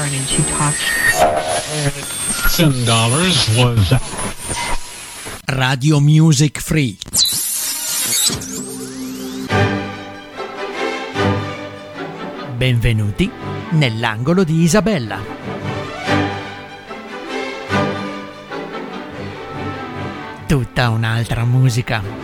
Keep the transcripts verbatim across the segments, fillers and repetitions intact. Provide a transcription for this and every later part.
carnage he talks. Ten dollars was Radio Music Free. Benvenuti nell'angolo di Isabella. Tutta un'altra musica.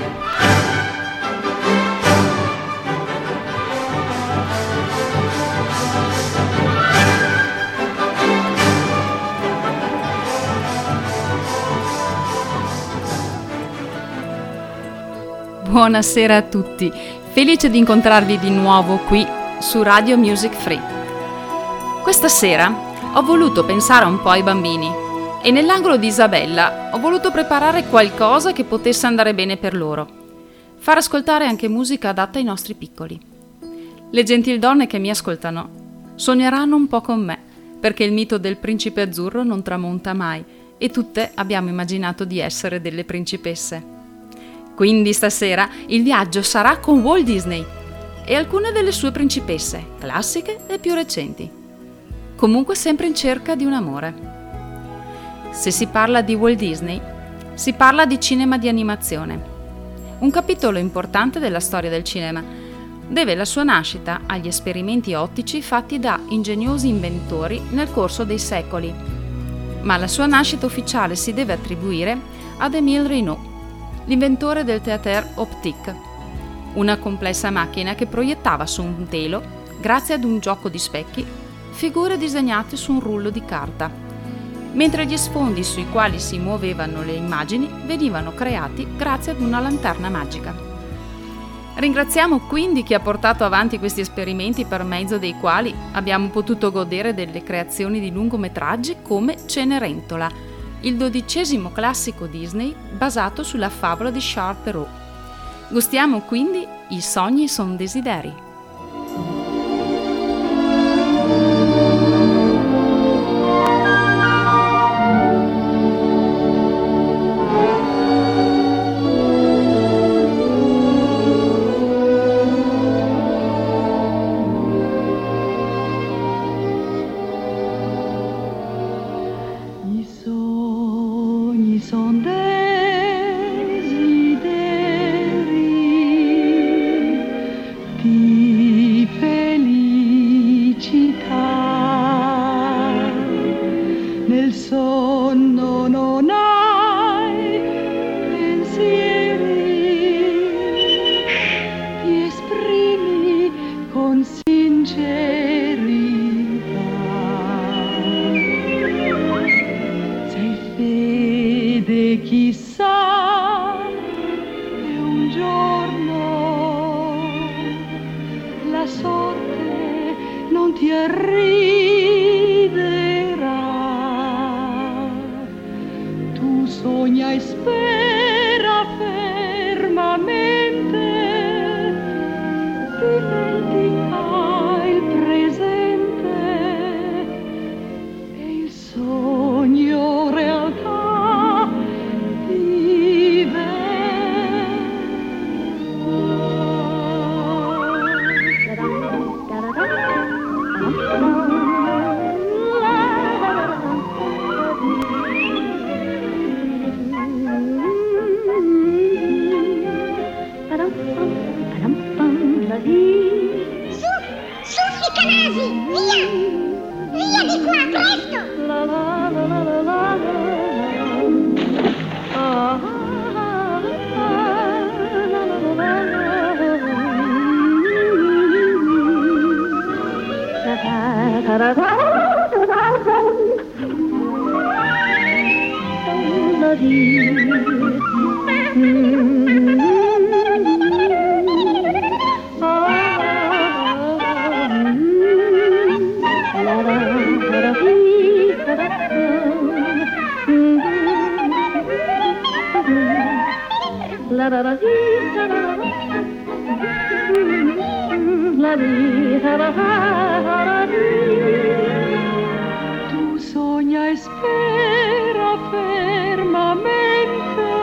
Buonasera a tutti, felice di incontrarvi di nuovo qui su Radio Music Free. Questa sera ho voluto pensare un po' ai bambini e nell'angolo di Isabella ho voluto preparare qualcosa che potesse andare bene per loro, far ascoltare anche musica adatta ai nostri piccoli. Le gentildonne che mi ascoltano sogneranno un po' con me, perché il mito del principe azzurro non tramonta mai e tutte abbiamo immaginato di essere delle principesse. Quindi stasera il viaggio sarà con Walt Disney e alcune delle sue principesse, classiche e più recenti. Comunque sempre in cerca di un amore. Se si parla di Walt Disney, si parla di cinema di animazione. Un capitolo importante della storia del cinema. Deve la sua nascita agli esperimenti ottici fatti da ingegnosi inventori nel corso dei secoli. Ma la sua nascita ufficiale si deve attribuire ad Émile Reynaud, l'inventore del Théâtre optique, una complessa macchina che proiettava su un telo, grazie ad un gioco di specchi, figure disegnate su un rullo di carta, mentre gli sfondi sui quali si muovevano le immagini venivano creati grazie ad una lanterna magica. Ringraziamo quindi chi ha portato avanti questi esperimenti per mezzo dei quali abbiamo potuto godere delle creazioni di lungometraggi come Cenerentola, il dodicesimo classico Disney basato sulla favola di Charles Perrault. Gustiamo quindi I sogni son desideri. Tu sogna e spera fermamente,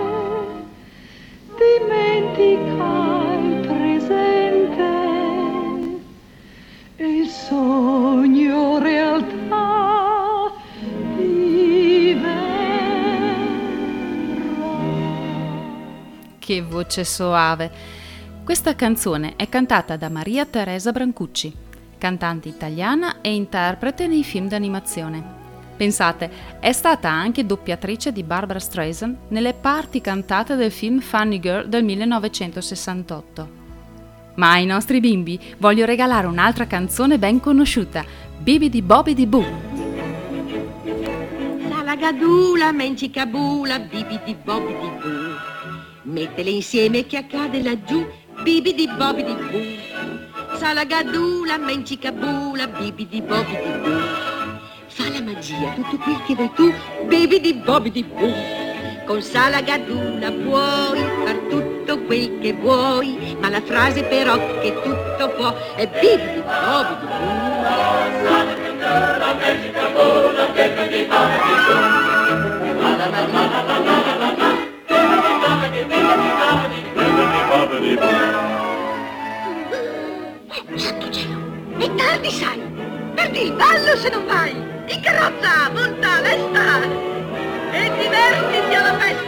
dimentica il presente e il sogno realtà che voce soave! Questa canzone è cantata da Maria Teresa Brancucci, cantante italiana e interprete nei film d'animazione. Pensate, è stata anche doppiatrice di Barbra Streisand nelle parti cantate del film Funny Girl del millenovecentosessantotto. Ma ai nostri bimbi voglio regalare un'altra canzone ben conosciuta, Bibidi Bobidi Boo. Salagadula, mencicabula, bibidi bobidi boo. Mettele insieme che accade laggiù, bibidi bobidi boo. Salagadula, mencicabula, bibidi bobidi boo. Fa la magia, tutto quel che vuoi tu, bibidi bobidi boo. Con Salagadula puoi far tutto quel che vuoi, ma la frase però che tutto può è bibidi bobidi boo. Salagadula, mencicabula, bibidi bobidi boo. Fa la magia. Santo cielo, è tardi sai, perdi il ballo se non vai, in carrozza, monta, lesta e divertiti alla festa.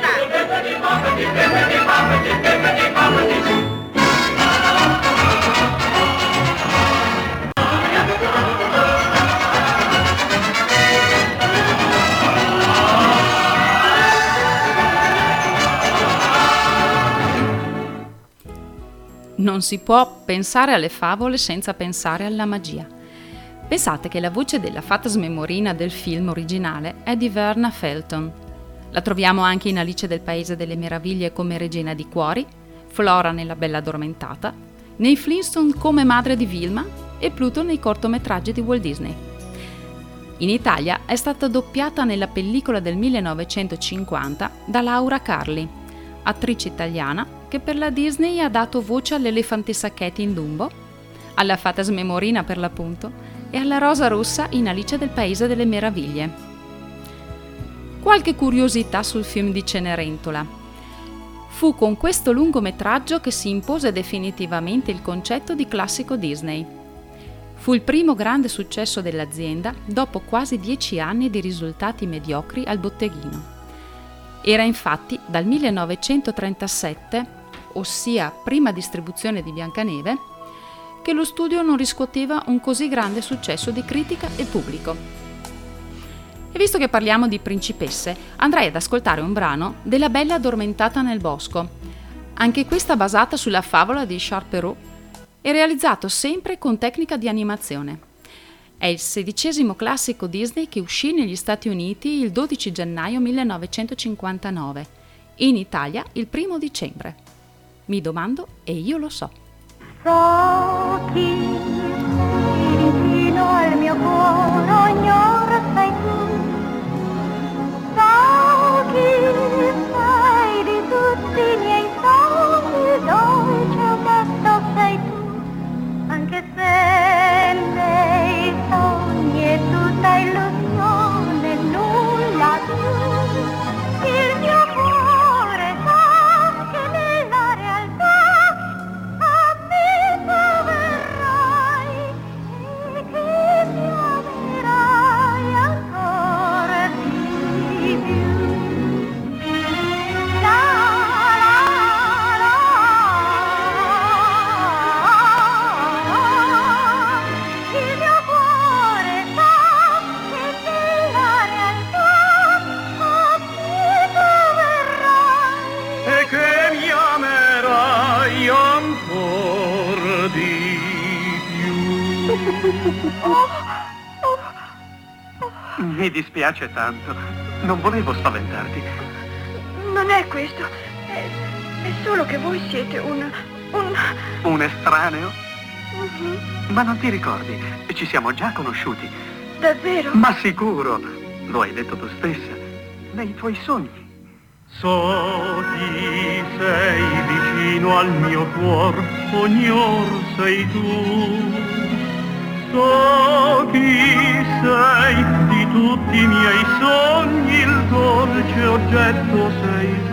Non si può pensare alle favole senza pensare alla magia. Pensate che la voce della fata smemorina del film originale è di Verna Felton. La troviamo anche in Alice del Paese delle Meraviglie come Regina di Cuori, Flora nella Bella Addormentata, nei Flintstone come madre di Vilma e Pluto nei cortometraggi di Walt Disney. In Italia è stata doppiata nella pellicola del millenovecentocinquanta da Laura Carli, attrice italiana che per la Disney ha dato voce all'elefantessa Katie in Dumbo, alla fata smemorina per l'appunto e alla Rosa Rossa in Alice del Paese delle Meraviglie. Qualche curiosità sul film di Cenerentola. Fu con questo lungometraggio che si impose definitivamente il concetto di classico Disney. Fu il primo grande successo dell'azienda dopo quasi dieci anni di risultati mediocri al botteghino. Era infatti dal millenovecentotrentasette, ossia prima distribuzione di Biancaneve, che lo studio non riscuoteva un così grande successo di critica e pubblico. E visto che parliamo di principesse, andrei ad ascoltare un brano della Bella Addormentata nel bosco, anche questa basata sulla favola di Charles Perrault e realizzato sempre con tecnica di animazione. È il sedicesimo classico Disney che uscì negli Stati Uniti il dodici gennaio millenovecentocinquantanove, in Italia il primo dicembre. Mi domando e io lo so. So chi vicino al mio cuore ognor sei tu, so chi sei di tutti i miei sogni, il dolce oggetto sei tu, anche se nei sogni è tutta illusione, nulla più, il mio cuore sa che nella realtà Mi dispiace tanto, non volevo spaventarti. Non è questo, è, è solo che voi siete un... un... Un estraneo? Uh-huh. Ma non ti ricordi, ci siamo già conosciuti. Davvero? Ma sicuro, lo hai detto tu stessa, nei tuoi sogni. So chi sei vicino al mio cuor, ognor sei tu. So chi sei di tutti i miei sogni, il dolce oggetto sei tu.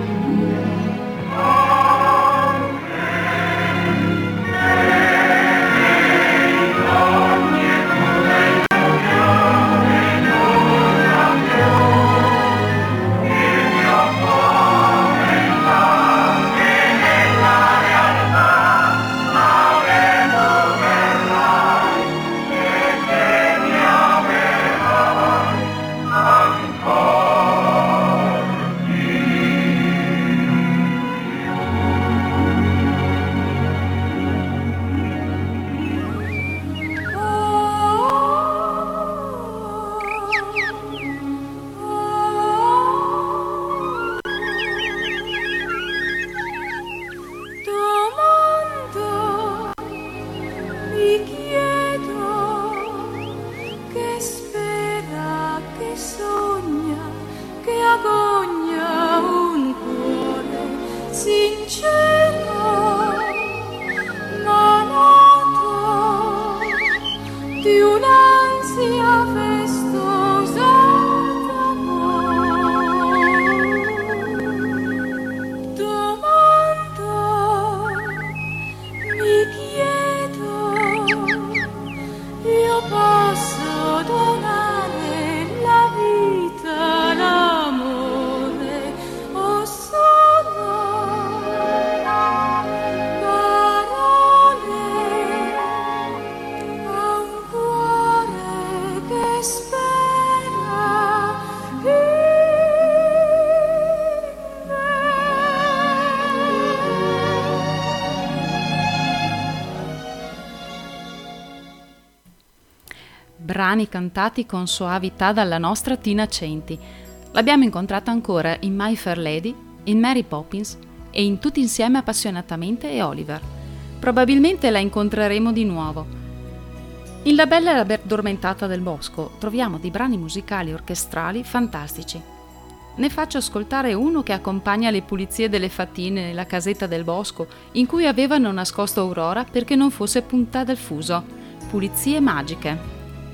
brani cantati con soavità dalla nostra Tina Centi. L'abbiamo incontrata ancora in My Fair Lady, in Mary Poppins e in Tutti insieme appassionatamente e Oliver. Probabilmente la incontreremo di nuovo. In La Bella e l'addormentata del bosco troviamo dei brani musicali orchestrali fantastici. Ne faccio ascoltare uno che accompagna le pulizie delle fattine nella casetta del bosco in cui avevano nascosto Aurora perché non fosse punta del fuso. Pulizie magiche.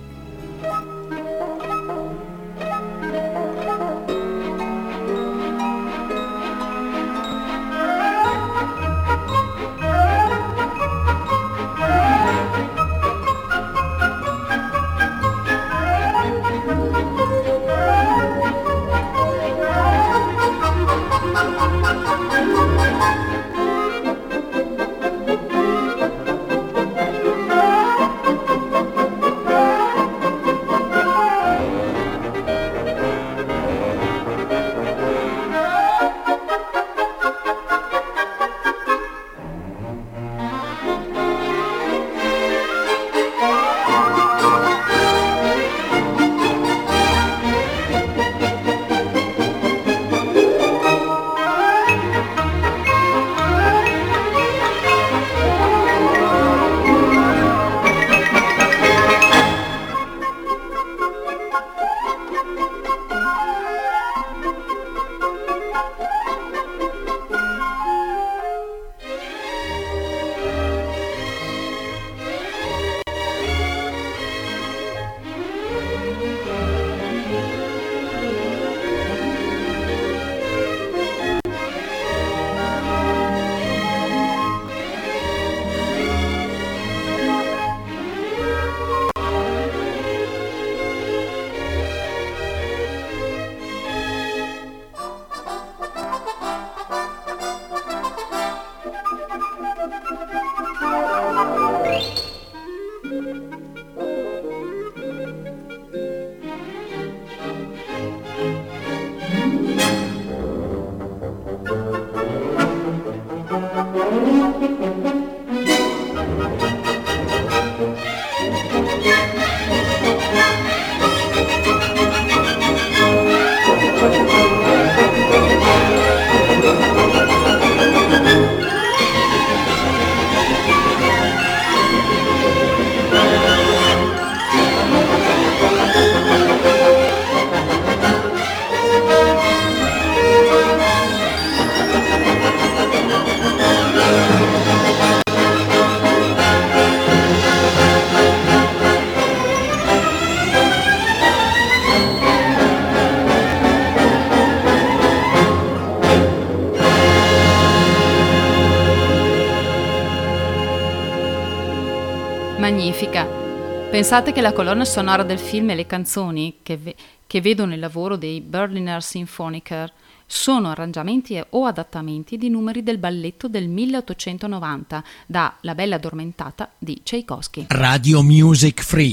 Magnifica. Pensate che la colonna sonora del film e le canzoni che, ve- che vedo nel lavoro dei Berliner Sinfoniker sono arrangiamenti o adattamenti di numeri del balletto del milleottocentonovanta da La Bella Addormentata di Tchaikovsky. Radio Music Free.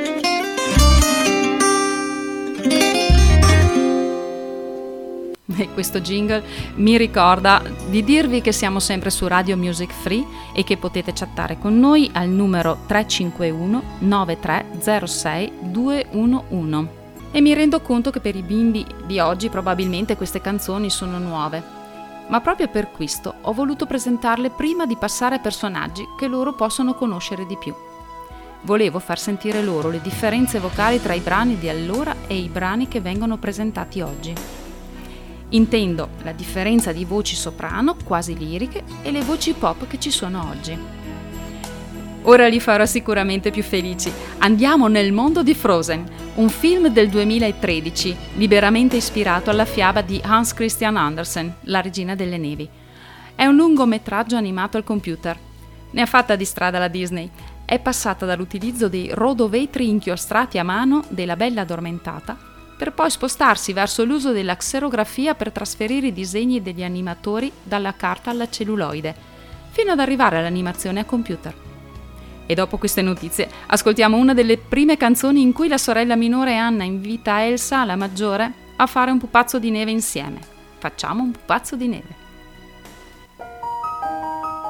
E questo jingle mi ricorda di dirvi che siamo sempre su Radio Music Free e che potete chattare con noi al numero tre cinque uno nove tre zero sei due uno uno. E mi rendo conto che per i bimbi di oggi probabilmente queste canzoni sono nuove, ma proprio per questo ho voluto presentarle prima di passare a personaggi che loro possono conoscere di più. Volevo far sentire loro le differenze vocali tra i brani di allora e i brani che vengono presentati oggi. Intendo la differenza di voci soprano, quasi liriche, e le voci pop che ci sono oggi. Ora li farò sicuramente più felici. Andiamo nel mondo di Frozen, un film del duemilatredici, liberamente ispirato alla fiaba di Hans Christian Andersen, La regina delle nevi. È un lungometraggio animato al computer. Ne ha fatta di strada la Disney. È passata dall'utilizzo dei rodovetri inchiostrati a mano della Bella Addormentata per poi spostarsi verso l'uso della xerografia per trasferire i disegni degli animatori dalla carta alla celluloide, fino ad arrivare all'animazione a computer. E dopo queste notizie, ascoltiamo una delle prime canzoni in cui la sorella minore Anna invita Elsa, la maggiore, a fare un pupazzo di neve insieme. Facciamo un pupazzo di neve.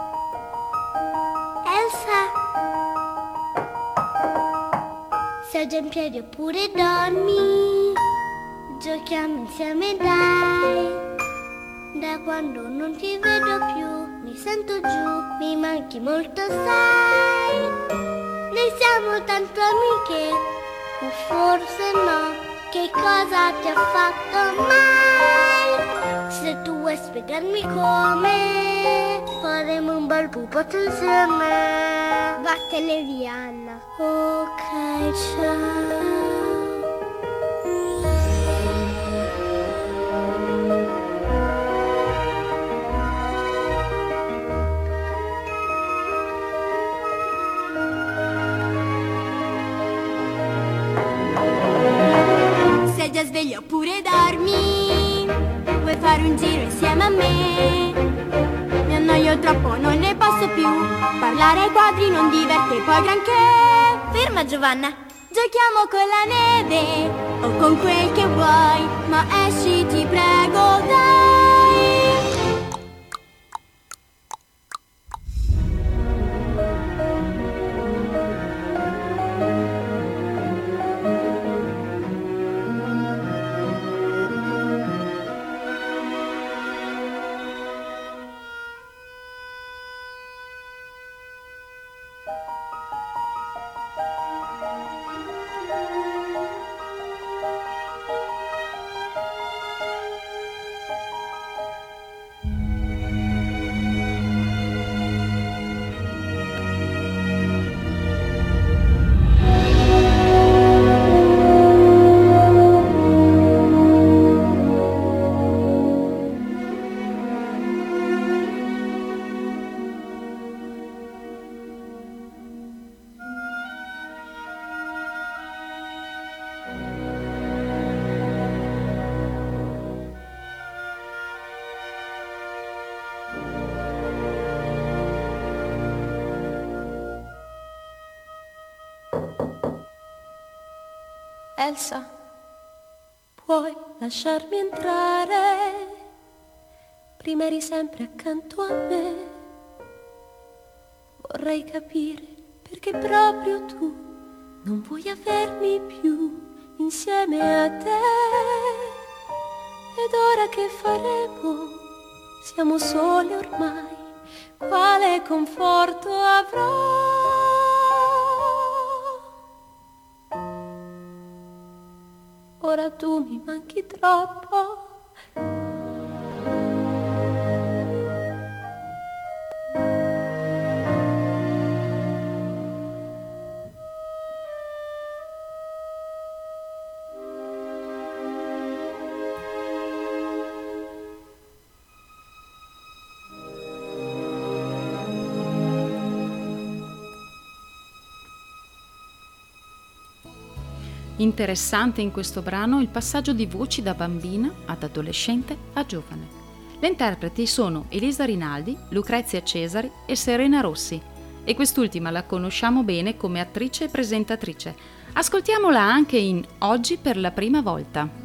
Elsa! So già in piedi oppure dormi, giochiamo insieme dai. Da quando non ti vedo più mi sento giù, mi manchi molto sai. Noi siamo tanto amiche, o forse no, che cosa ti ha fatto mai? Se tu vuoi spiegarmi come, faremo un bel pupazzo insieme. Vattene via Anna. Ok, ciao. Sei già sveglio oppure dormi? Vuoi fare un giro insieme a me? Mi annoio troppo, non ne posso più. Parlare ai quadri non diverte poi granché. Ferma Giovanna. Giochiamo con la neve o con quel che vuoi, ma esci ti prego dai. Elsa, puoi lasciarmi entrare? Prima eri sempre accanto a me. Vorrei capire perché proprio tu non vuoi avermi più insieme a te. Ed ora che faremo? Siamo soli ormai, quale conforto avrò? Ora tu mi manchi troppo. Interessante in questo brano il passaggio di voci da bambina ad adolescente a giovane. Le interpreti sono Elisa Rinaldi, Lucrezia Cesari e Serena Rossi, e quest'ultima la conosciamo bene come attrice e presentatrice. Ascoltiamola anche in Oggi per la prima volta.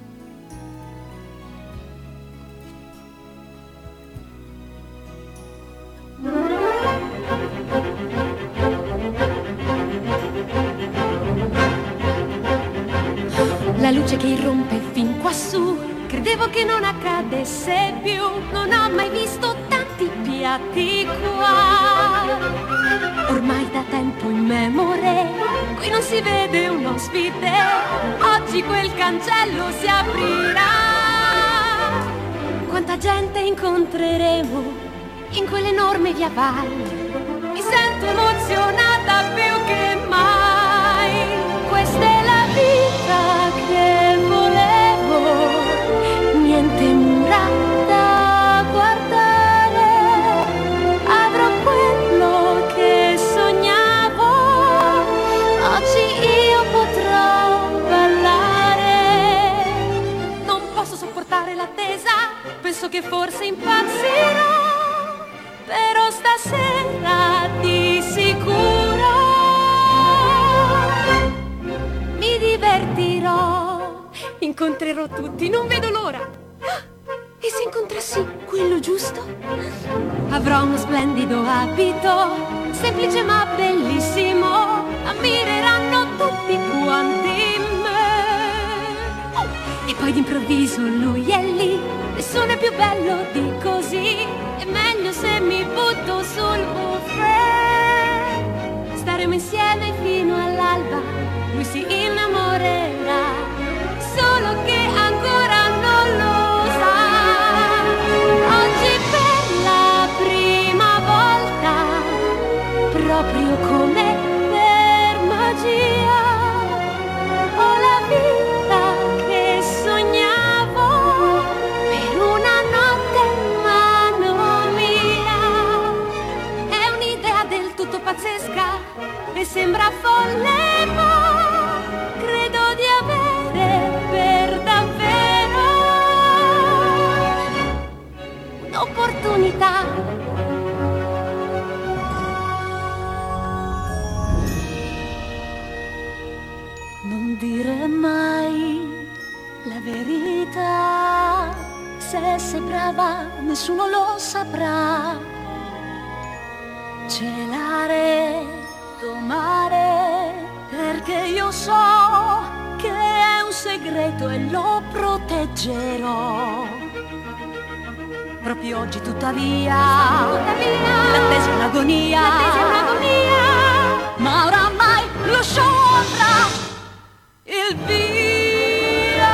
La luce che irrompe fin quassù, credevo che non accadesse più. Non ho mai visto tanti piatti qua. Ormai da tempo immemore, qui non si vede un ospite. Oggi quel cancello si aprirà. Quanta gente incontreremo in quell'enorme via Valle. Mi sento emozionata più che mai. Questa è la vita che volevo, niente mura da guardare, avrò quello che sognavo, oggi io potrò ballare. Non posso sopportare l'attesa, penso che forse impazzirò, però stasera di sicuro mi divertirò, incontrerò tutti, non vedo l'ora. E se incontrassi quello giusto? Avrò uno splendido abito, semplice ma bellissimo, ammireranno tutti. tutti quanti me. E poi d'improvviso lui è lì, nessuno è più bello di così. È meglio se mi butto sul buffet. Staremo insieme fino all'alba, lui si innamorerà, solo che ancora non lo sa. Oggi per la prima volta, proprio come per magia, ho la vita che sognavo per una notte in mano mia. È un'idea del tutto pazzesca e sembra folle, ma credo di avere per davvero un'opportunità. Non dire mai la verità, se sei brava nessuno lo saprà. Celare, domare, perché io so che è un segreto e lo proteggerò. Proprio oggi tuttavia, tuttavia l'attesa è un'agonia, l'attesa è un'agonia, ma oramai lo show avrà il via.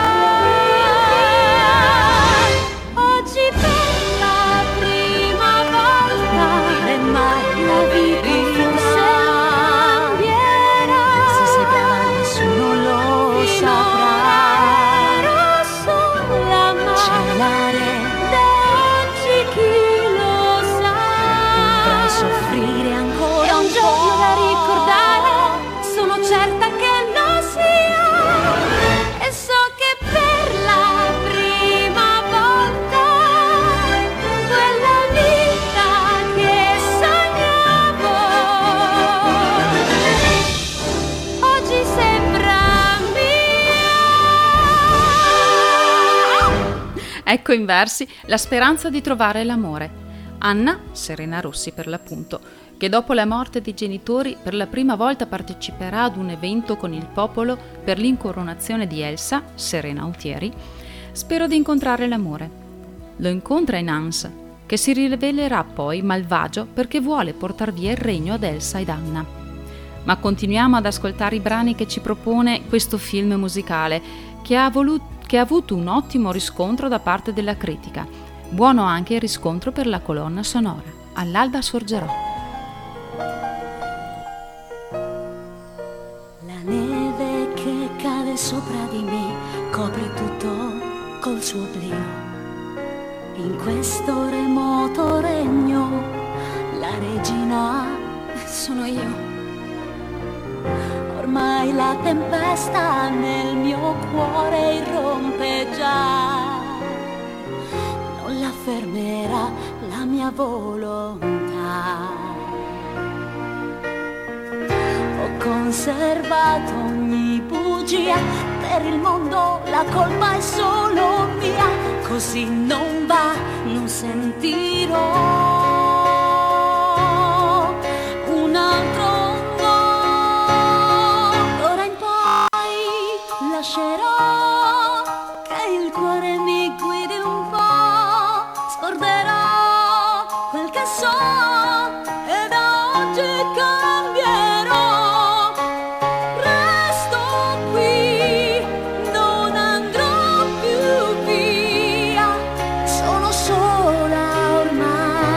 Oggi per la prima volta e mai la vita forse cambierà. Se sei brava nessuno lo saprà. Ero sola ma celare da oggi chi lo sa. Dovrai soffrire ancora un, un po' da ricordare. Sono certa che lo sia. E so che per la prima volta quella vita che sognavo oggi sembra mia. Ecco in versi la speranza di trovare l'amore. Anna, Serena Rossi per l'appunto, che dopo la morte dei genitori per la prima volta parteciperà ad un evento con il popolo per l'incoronazione di Elsa, Serena Autieri, spero di incontrare l'amore. Lo incontra in Hans, che si rivelerà poi malvagio perché vuole portar via il regno ad Elsa ed Anna. Ma continuiamo ad ascoltare i brani che ci propone questo film musicale, che ha, voluto, che ha avuto un ottimo riscontro da parte della critica. Buono anche il riscontro per la colonna sonora. All'alba sorgerò. La neve che cade sopra di me copre tutto col suo oblio. In questo remoto regno la regina sono io. Ormai la tempesta nel mio cuore irrompe già. Non la fermerà la mia volontà. Ho conservato ogni bugia, per il mondo la colpa è solo mia. Così non va, non sentirò un altro no. D'ora in poi lascerò che il cuore mi guidi un po'. Scorderò quel che so e da oggi cambierò. Resto qui, non andrò più via. Sono sola ormai.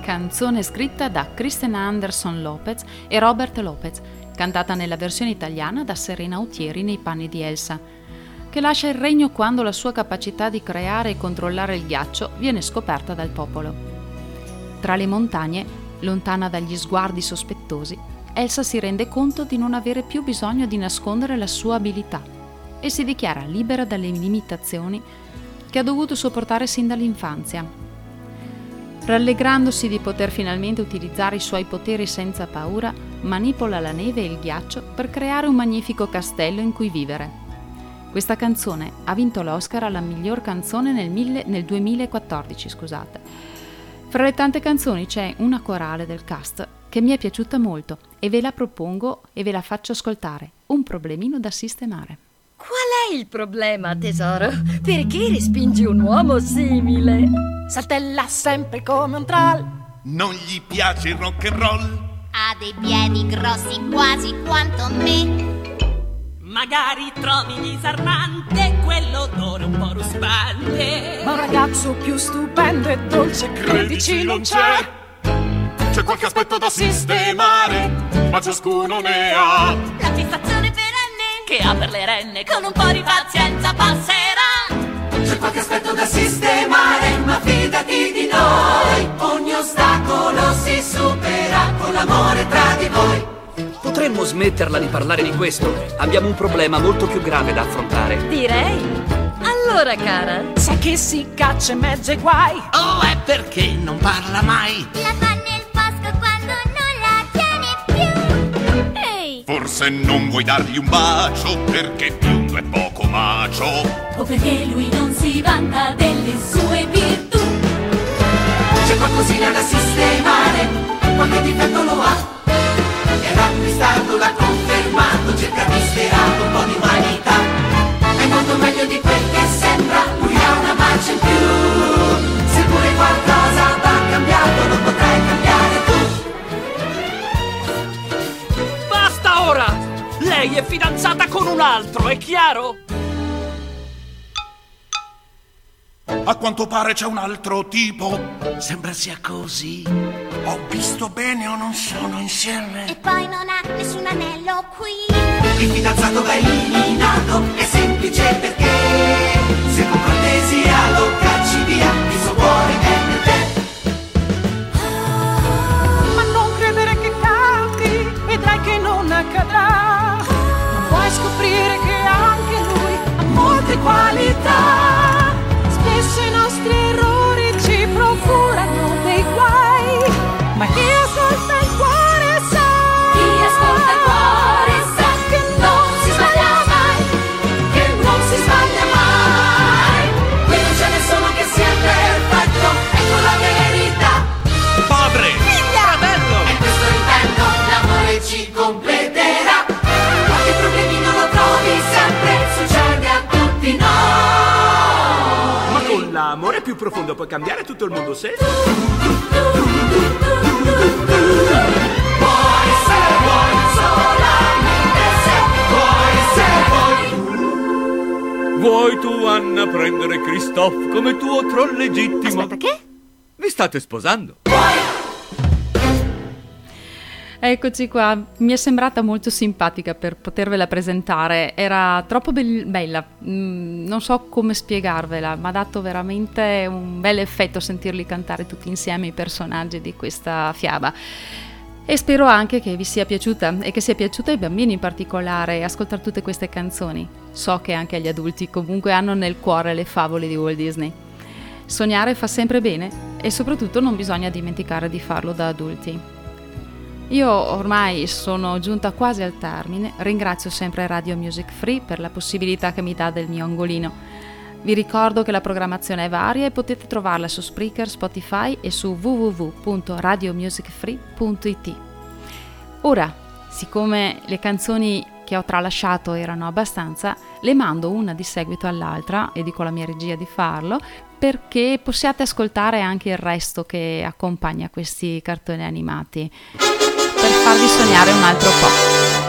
canzone scritta da Christian Anderson Lopez e Robert Lopez, cantata nella versione italiana da Serena Autieri nei panni di Elsa, che lascia il regno quando la sua capacità di creare e controllare il ghiaccio viene scoperta dal popolo. Tra le montagne, lontana dagli sguardi sospettosi, Elsa si rende conto di non avere più bisogno di nascondere la sua abilità e si dichiara libera dalle limitazioni che ha dovuto sopportare sin dall'infanzia. Rallegrandosi di poter finalmente utilizzare i suoi poteri senza paura, manipola la neve e il ghiaccio per creare un magnifico castello in cui vivere. Questa canzone ha vinto l'Oscar alla miglior canzone nel, mille, nel duemilaquattordici. Scusate. Fra le tante canzoni c'è una corale del cast che mi è piaciuta molto e ve la propongo e ve la faccio ascoltare. Un problemino da sistemare. Qual è il problema, tesoro? Perché respingi un uomo simile? Saltella sempre come un troll. Non gli piace il rock and roll. Ha dei piedi grossi quasi quanto me. Magari trovi disarmante quell'odore un po' ruspante. Ma un ragazzo più stupendo e dolce credici non c'è. C'è qualche aspetto da sistemare, ma ciascuno ne ha la fissazione perenne che ha per le renne, con un po' di pazienza passerà. C'è qualche aspetto da sistemare, ma fidati di noi. Ogni ostacolo si supera con l'amore tra di voi. Potremmo smetterla di parlare di questo. Abbiamo un problema molto più grave da affrontare. Direi. Allora, cara, sai che si caccia in mezzo ai guai. Oh, è perché non parla mai. La fa nel bosco quando non la tieni più. Ehi! Forse non vuoi dargli un bacio perché più è poco macio. O perché lui non si vanta delle sue virtù. C'è qualcosina da sistemare, qualche difetto lo ha. E l'acquistato l'ha confermato, cerca di sferato un po' di umanità. È molto meglio di quel che sembra, lui ha una marcia in più. Se pure qualcosa va cambiato, non potrai cambiare tu. Basta ora! Lei è fidanzata con un altro, è chiaro? A quanto pare c'è un altro tipo. Sembra sia così. Ho visto bene o non sono insieme. E poi non ha nessun anello qui. Il fidanzato va eliminato, è semplice perché se con cortesia lo cacci via, il suo cuore è per te. Ma non credere che cambi, vedrai che non accadrà. Non puoi scoprire che anche lui ha molte qualità. Spesso i nostri errori ci procurano dei guai, ma chi ascolta il cuore sa, chi ascolta il cuore sa che non si sbaglia mai, che non si sbaglia mai. Qui non c'è nessuno che sia perfetto, ecco la verità. Padre! Figlia! Fratello! E questo intendo, l'amore ci completerà. Qualche problemino lo trovi sempre, succede a tutti noi. Con l'amore più profondo puoi cambiare tutto il mondo se... Vuoi se vuoi, solamente se vuoi se vuoi. Vuoi tu, Anna, prendere Christophe come tuo troll legittimo? Aspetta, che? Vi state sposando? Eccoci qua, mi è sembrata molto simpatica per potervela presentare, era troppo be- bella, mm, non so come spiegarvela, mi ha dato veramente un bel effetto sentirli cantare tutti insieme i personaggi di questa fiaba. E spero anche che vi sia piaciuta e che sia piaciuta ai bambini in particolare ascoltare tutte queste canzoni. So che anche agli adulti comunque hanno nel cuore le favole di Walt Disney. Sognare fa sempre bene e soprattutto non bisogna dimenticare di farlo da adulti. Io ormai sono giunta quasi al termine, ringrazio sempre Radio Music Free per la possibilità che mi dà del mio angolino. Vi ricordo che la programmazione è varia e potete trovarla su Spreaker, Spotify e su w w w punto radio music free punto i t. Ora, siccome le canzoni che ho tralasciato erano abbastanza, le mando una di seguito all'altra e dico alla mia regia di farlo perché possiate ascoltare anche il resto che accompagna questi cartoni animati per farvi sognare un altro po'.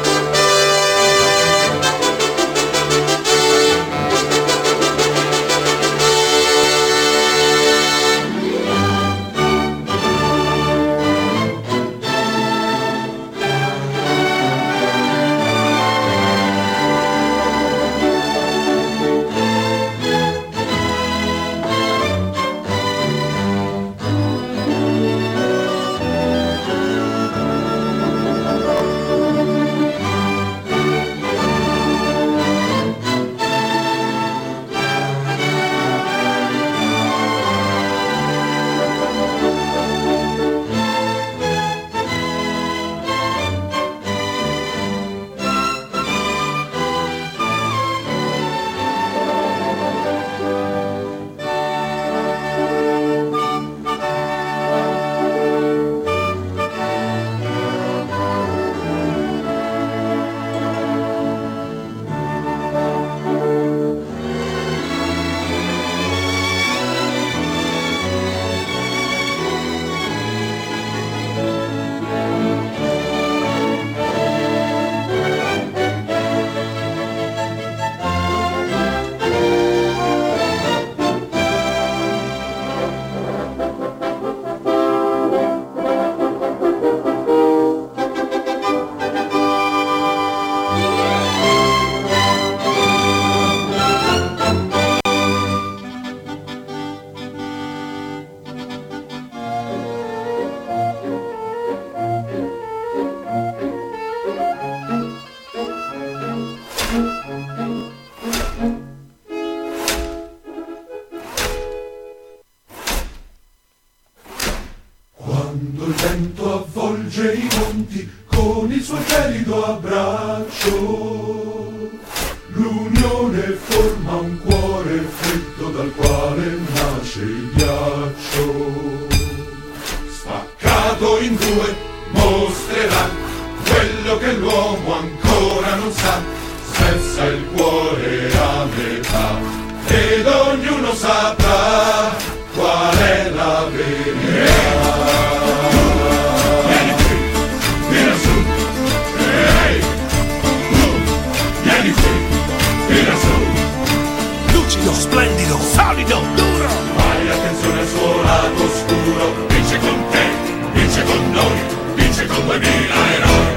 vento avvolge i monti con il suo gelido abbraccio. L'unione forma un cuore freddo dal quale nasce il ghiaccio. Spaccato in due mostrerà quello che l'uomo ancora non sa. Spezza il cuore a metà ed ognuno saprà qual è la verità. Vieni qui, vieni su, ehi, uh, vieni qui, vieni su. Lucido, splendido, solido, duro. Fai attenzione al suo lato oscuro. Vince con te, vince con noi, vince con duemila eroi.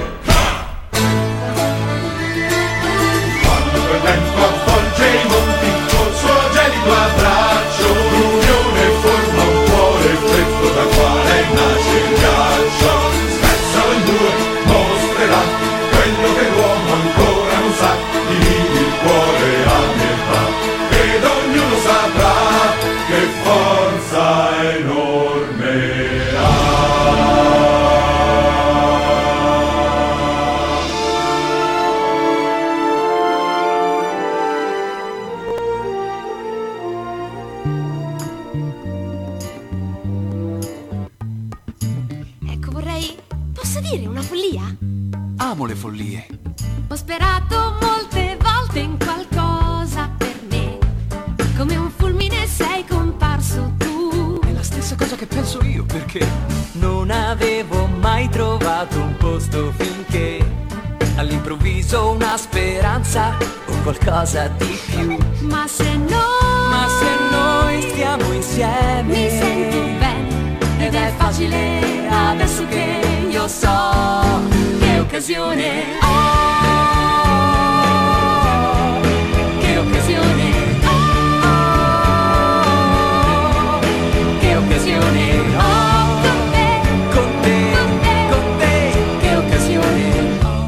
Quando il vento avvolge i monti col suo gelido abbraccio, l'unione forma un cuore freddo da quale nasce il ghiaccio. Spezzalo in due, mostrerà quello che l'uomo ancora non sa. Dividi il cuore a metà ed ognuno saprà che forza enorme ha. Ecco, vorrei... Posso dire una follia? Amo le follie. Ho sperato molte volte in qualcosa per me. Come un fulmine sei comparso tu. È la stessa cosa che penso io, perché non avevo mai trovato un posto finché all'improvviso una speranza o qualcosa di più. Ma se noi... Ma se noi stiamo insieme mi sento bene ed è facile adesso che io so che occasione ho. Che occasione ho. Che occasione ho con te, con te, con te, con te. Che occasione ho.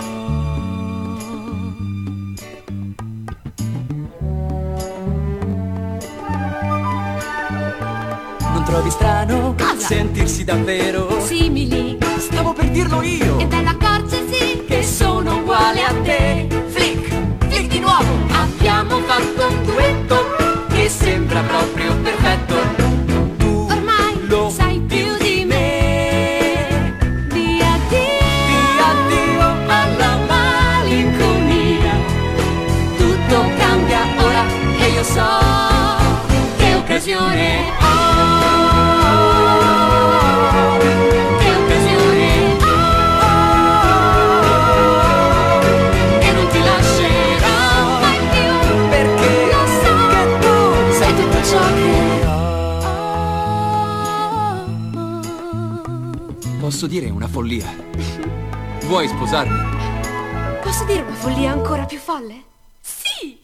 Non trovi strano Cosa? sentirsi davvero Simili? Stavo per dirlo io. È bello accorgersi che sono uguale a te. Flick, flick di nuovo. Abbiamo fatto un duetto che sembra proprio perfetto. Tu ormai lo sai più di me. Di addio, di addio alla malinconia. Tutto cambia ora che io so che occasione ho. Che occasione ho. E non ti lascerò mai più. Perché lo so che tu sei tutto ciò che Posso dire una follia? Vuoi sposarmi? Posso dire una follia ancora più folle? Sì!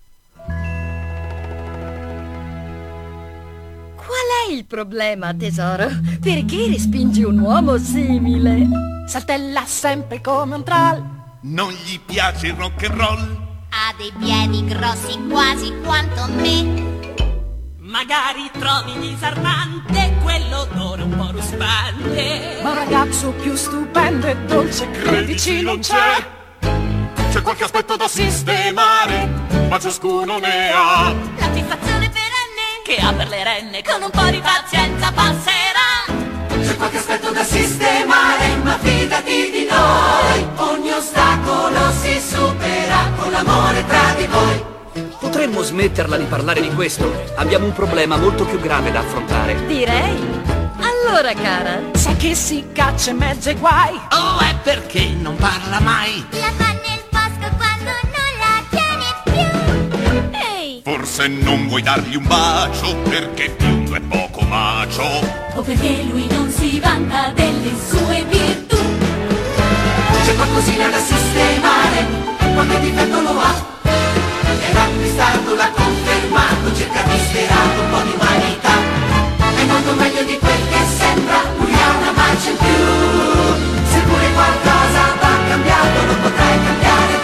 Qual è il problema, tesoro? Perché respingi un uomo simile? Saltella sempre come un troll. Non gli piace il rock and roll. Ha dei piedi grossi quasi quanto me. Magari trovi disarmante quell'odore un po' ruspante. Ma un ragazzo più stupendo e dolce, credici non c'è. C'è qualche aspetto da sistemare, ma ciascuno ne ha. La fissazione perenne Che ha per le renne con un po' di pazienza passerà. C'è qualche aspetto da sistemare, ma fidati di noi. Ogni ostacolo si supera con l'amore tra di voi. Potremmo smetterla di parlare di questo. Abbiamo un problema molto più grave da affrontare. Direi. Allora, cara, Sa che si caccia in mezzo ai guai. Oh, è perché non parla mai. la fa nel bosco quando non la tiene più. Ehi! Forse non vuoi dargli un bacio, perché biondo è poco macio. O perché lui non si vanta delle sue virtù. C'è qualcosina da sistemare, qualche difetto lo ha. Era acquistato, l'ha confermato, cerca disperato un po' di umanità. È molto meglio di quel che sembra, lui ha una marcia in più. Seppure qualcosa va cambiato, lo potrai cambiare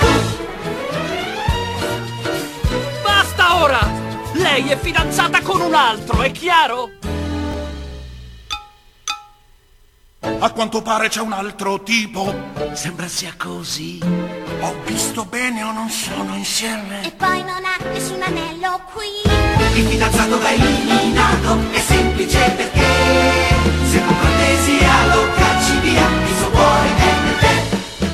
tu. Basta ora! Lei è fidanzata con un altro, è chiaro? A quanto pare c'è un altro tipo. Sembra sia così. Ho visto bene o non sono insieme? E poi non ha nessun anello qui. Il fidanzato va eliminato, è semplice perché se con cortesia lo cacci via, il suo cuore è per te.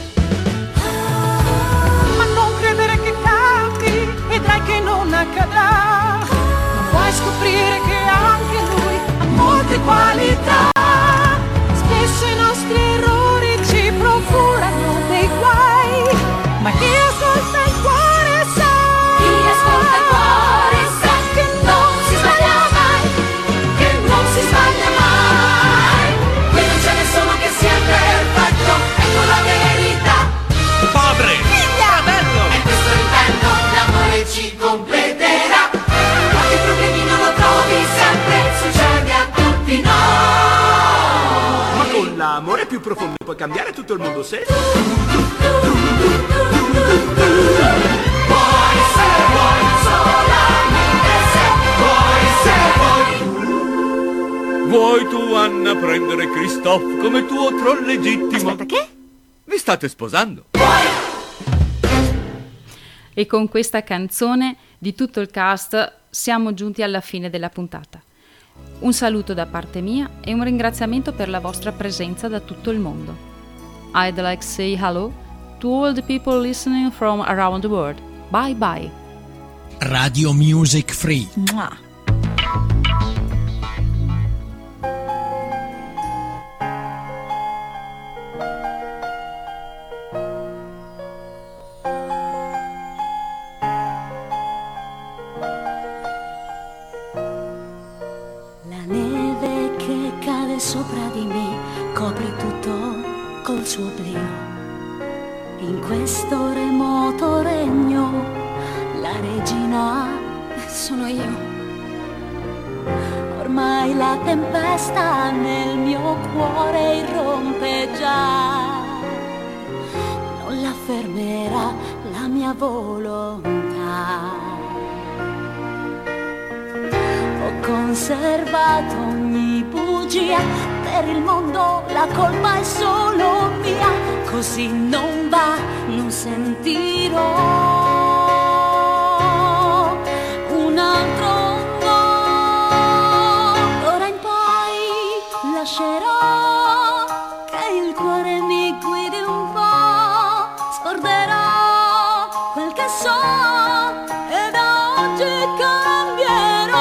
Ma non credere che cambi, vedrai che non accadrà. Non puoi scoprire che anche lui ha molte qualità. Spesso i nostri errori ci procurano dei guai, ma chi ascolta il cuore sa, chi ascolta il cuore sa che non si sbaglia mai, che non si sbaglia mai. Qui non c'è nessuno che sia perfetto, ecco la verità. Padre! Figlia! Fratello! E questo ripeto, l'amore ci completerà. Qualche problemino lo trovi sempre, succede a tutti noi. Ma con l'amore più profondo puoi cambiare tutto il mondo, se? Vuoi se vuoi, solamente se vuoi, se vuoi. Vuoi tu, Anna, prendere Christophe come tuo troll legittimo? Aspetta, che? Vi state sposando? E con questa canzone di tutto il cast siamo giunti alla fine della puntata. Un saluto da parte mia e un ringraziamento per la vostra presenza da tutto il mondo. I'd like to say hello to all the people listening from around the world. Bye bye. Radio Music Free. Mua. Sopra di me copre tutto col suo oblio. In questo remoto regno la regina sono io. Ormai la tempesta nel mio cuore irrompe già. Non la fermerà la mia volontà. Ho conservato ogni bugia, per il mondo la colpa è solo mia, così non va, non sentirò un altro no. D'ora in poi lascerò che il cuore mi guidi un po', scorderò quel che so e da oggi cambierò.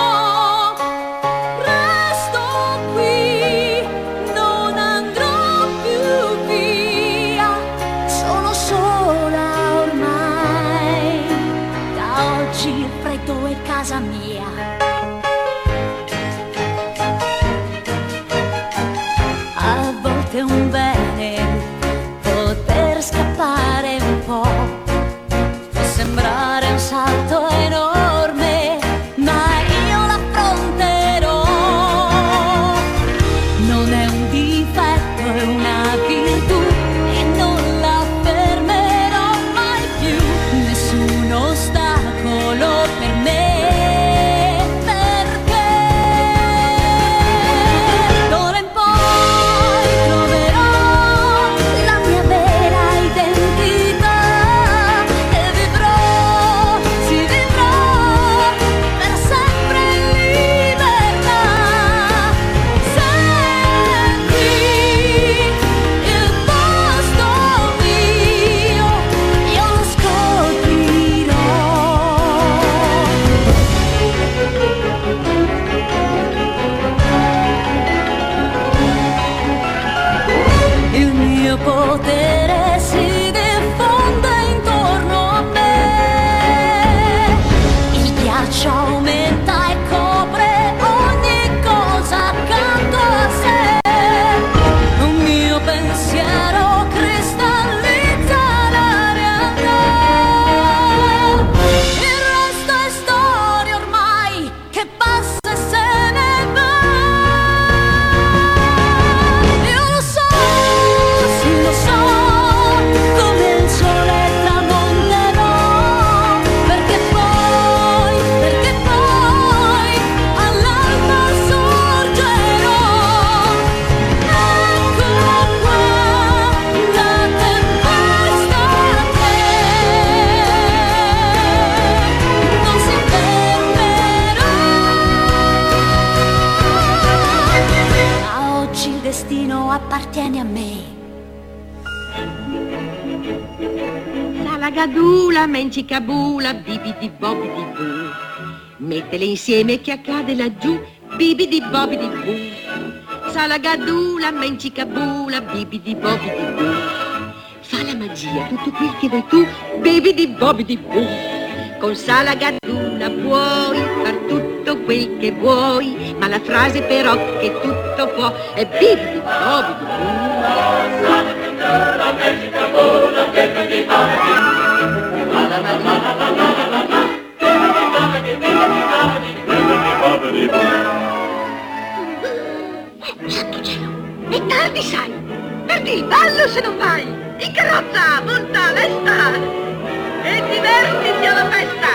Casa mia. A volte è un bene poter scappare un po', può sembrare un salto enorme, ma io l'affronterò. Non è un difetto, è una virtù e non la fermerò mai più. Nessun ostacolo per me. Potere si diffonde intorno a me, il ghiaccio aumenta e copre ogni cosa accanto a sé. Un mio pensiero cristallizza la realtà, il resto è storia ormai che passa e se ne va. Io lo so, sì lo so. sogno appartiene a me. Salagadula, mencicabula, bibidi bobidi boo. Mettele insieme che accade laggiù, bibidi bobidi boo. Salagadula, mencicabula, bibidi bobidi boo. Fa la magia, tutto quel che vuoi tu, bibidi bobidi boo. Con Salagadula puoi far tutto quel che vuoi, ma la frase però che tutto può è bibidi bobidi boo. Salagadula, mencicabula, bibidi bobidi boo. Santo cielo, è tardi sai, perdi il ballo se non vai, in carrozza, monta, lesta e divertiti alla festa.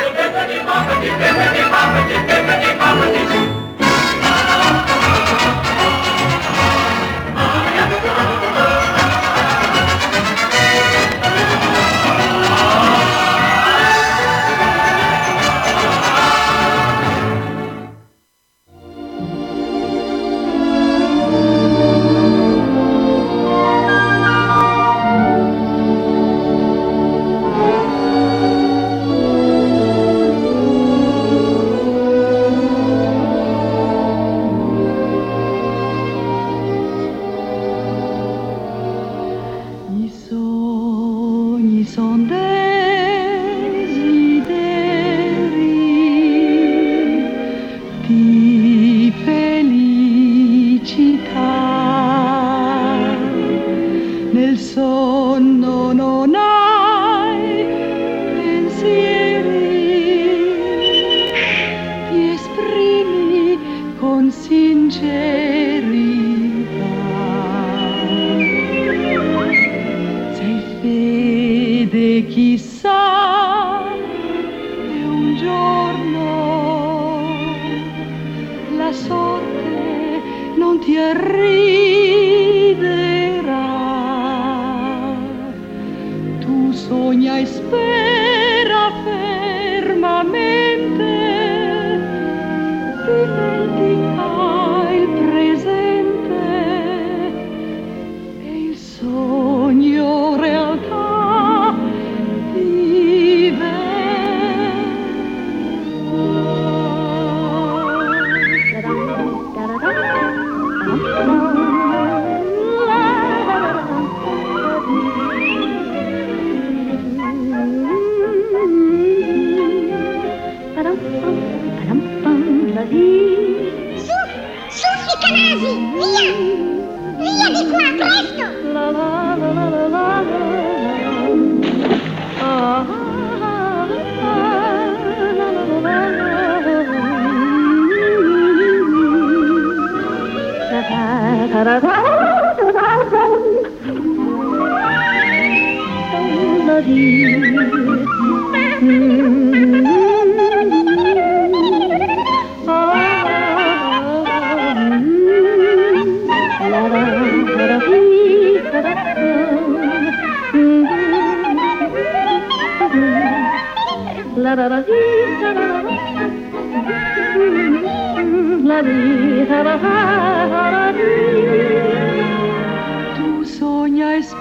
Tu sogna e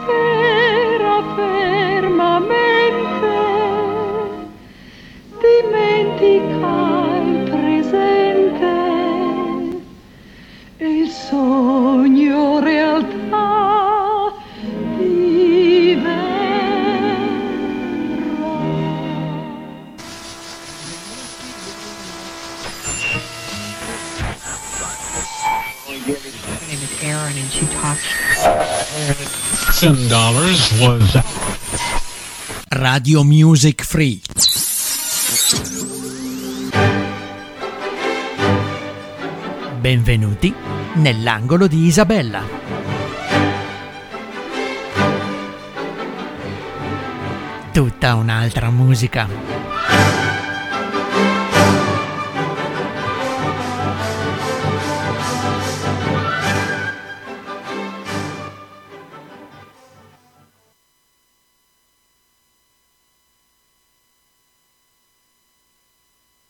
spera fermamente, dimentica il presente e il sogno realtà viverà. Aaron and she talked. Ten dollars was Radio Music Free. Benvenuti nell'angolo di Isabella. Tutta un'altra musica.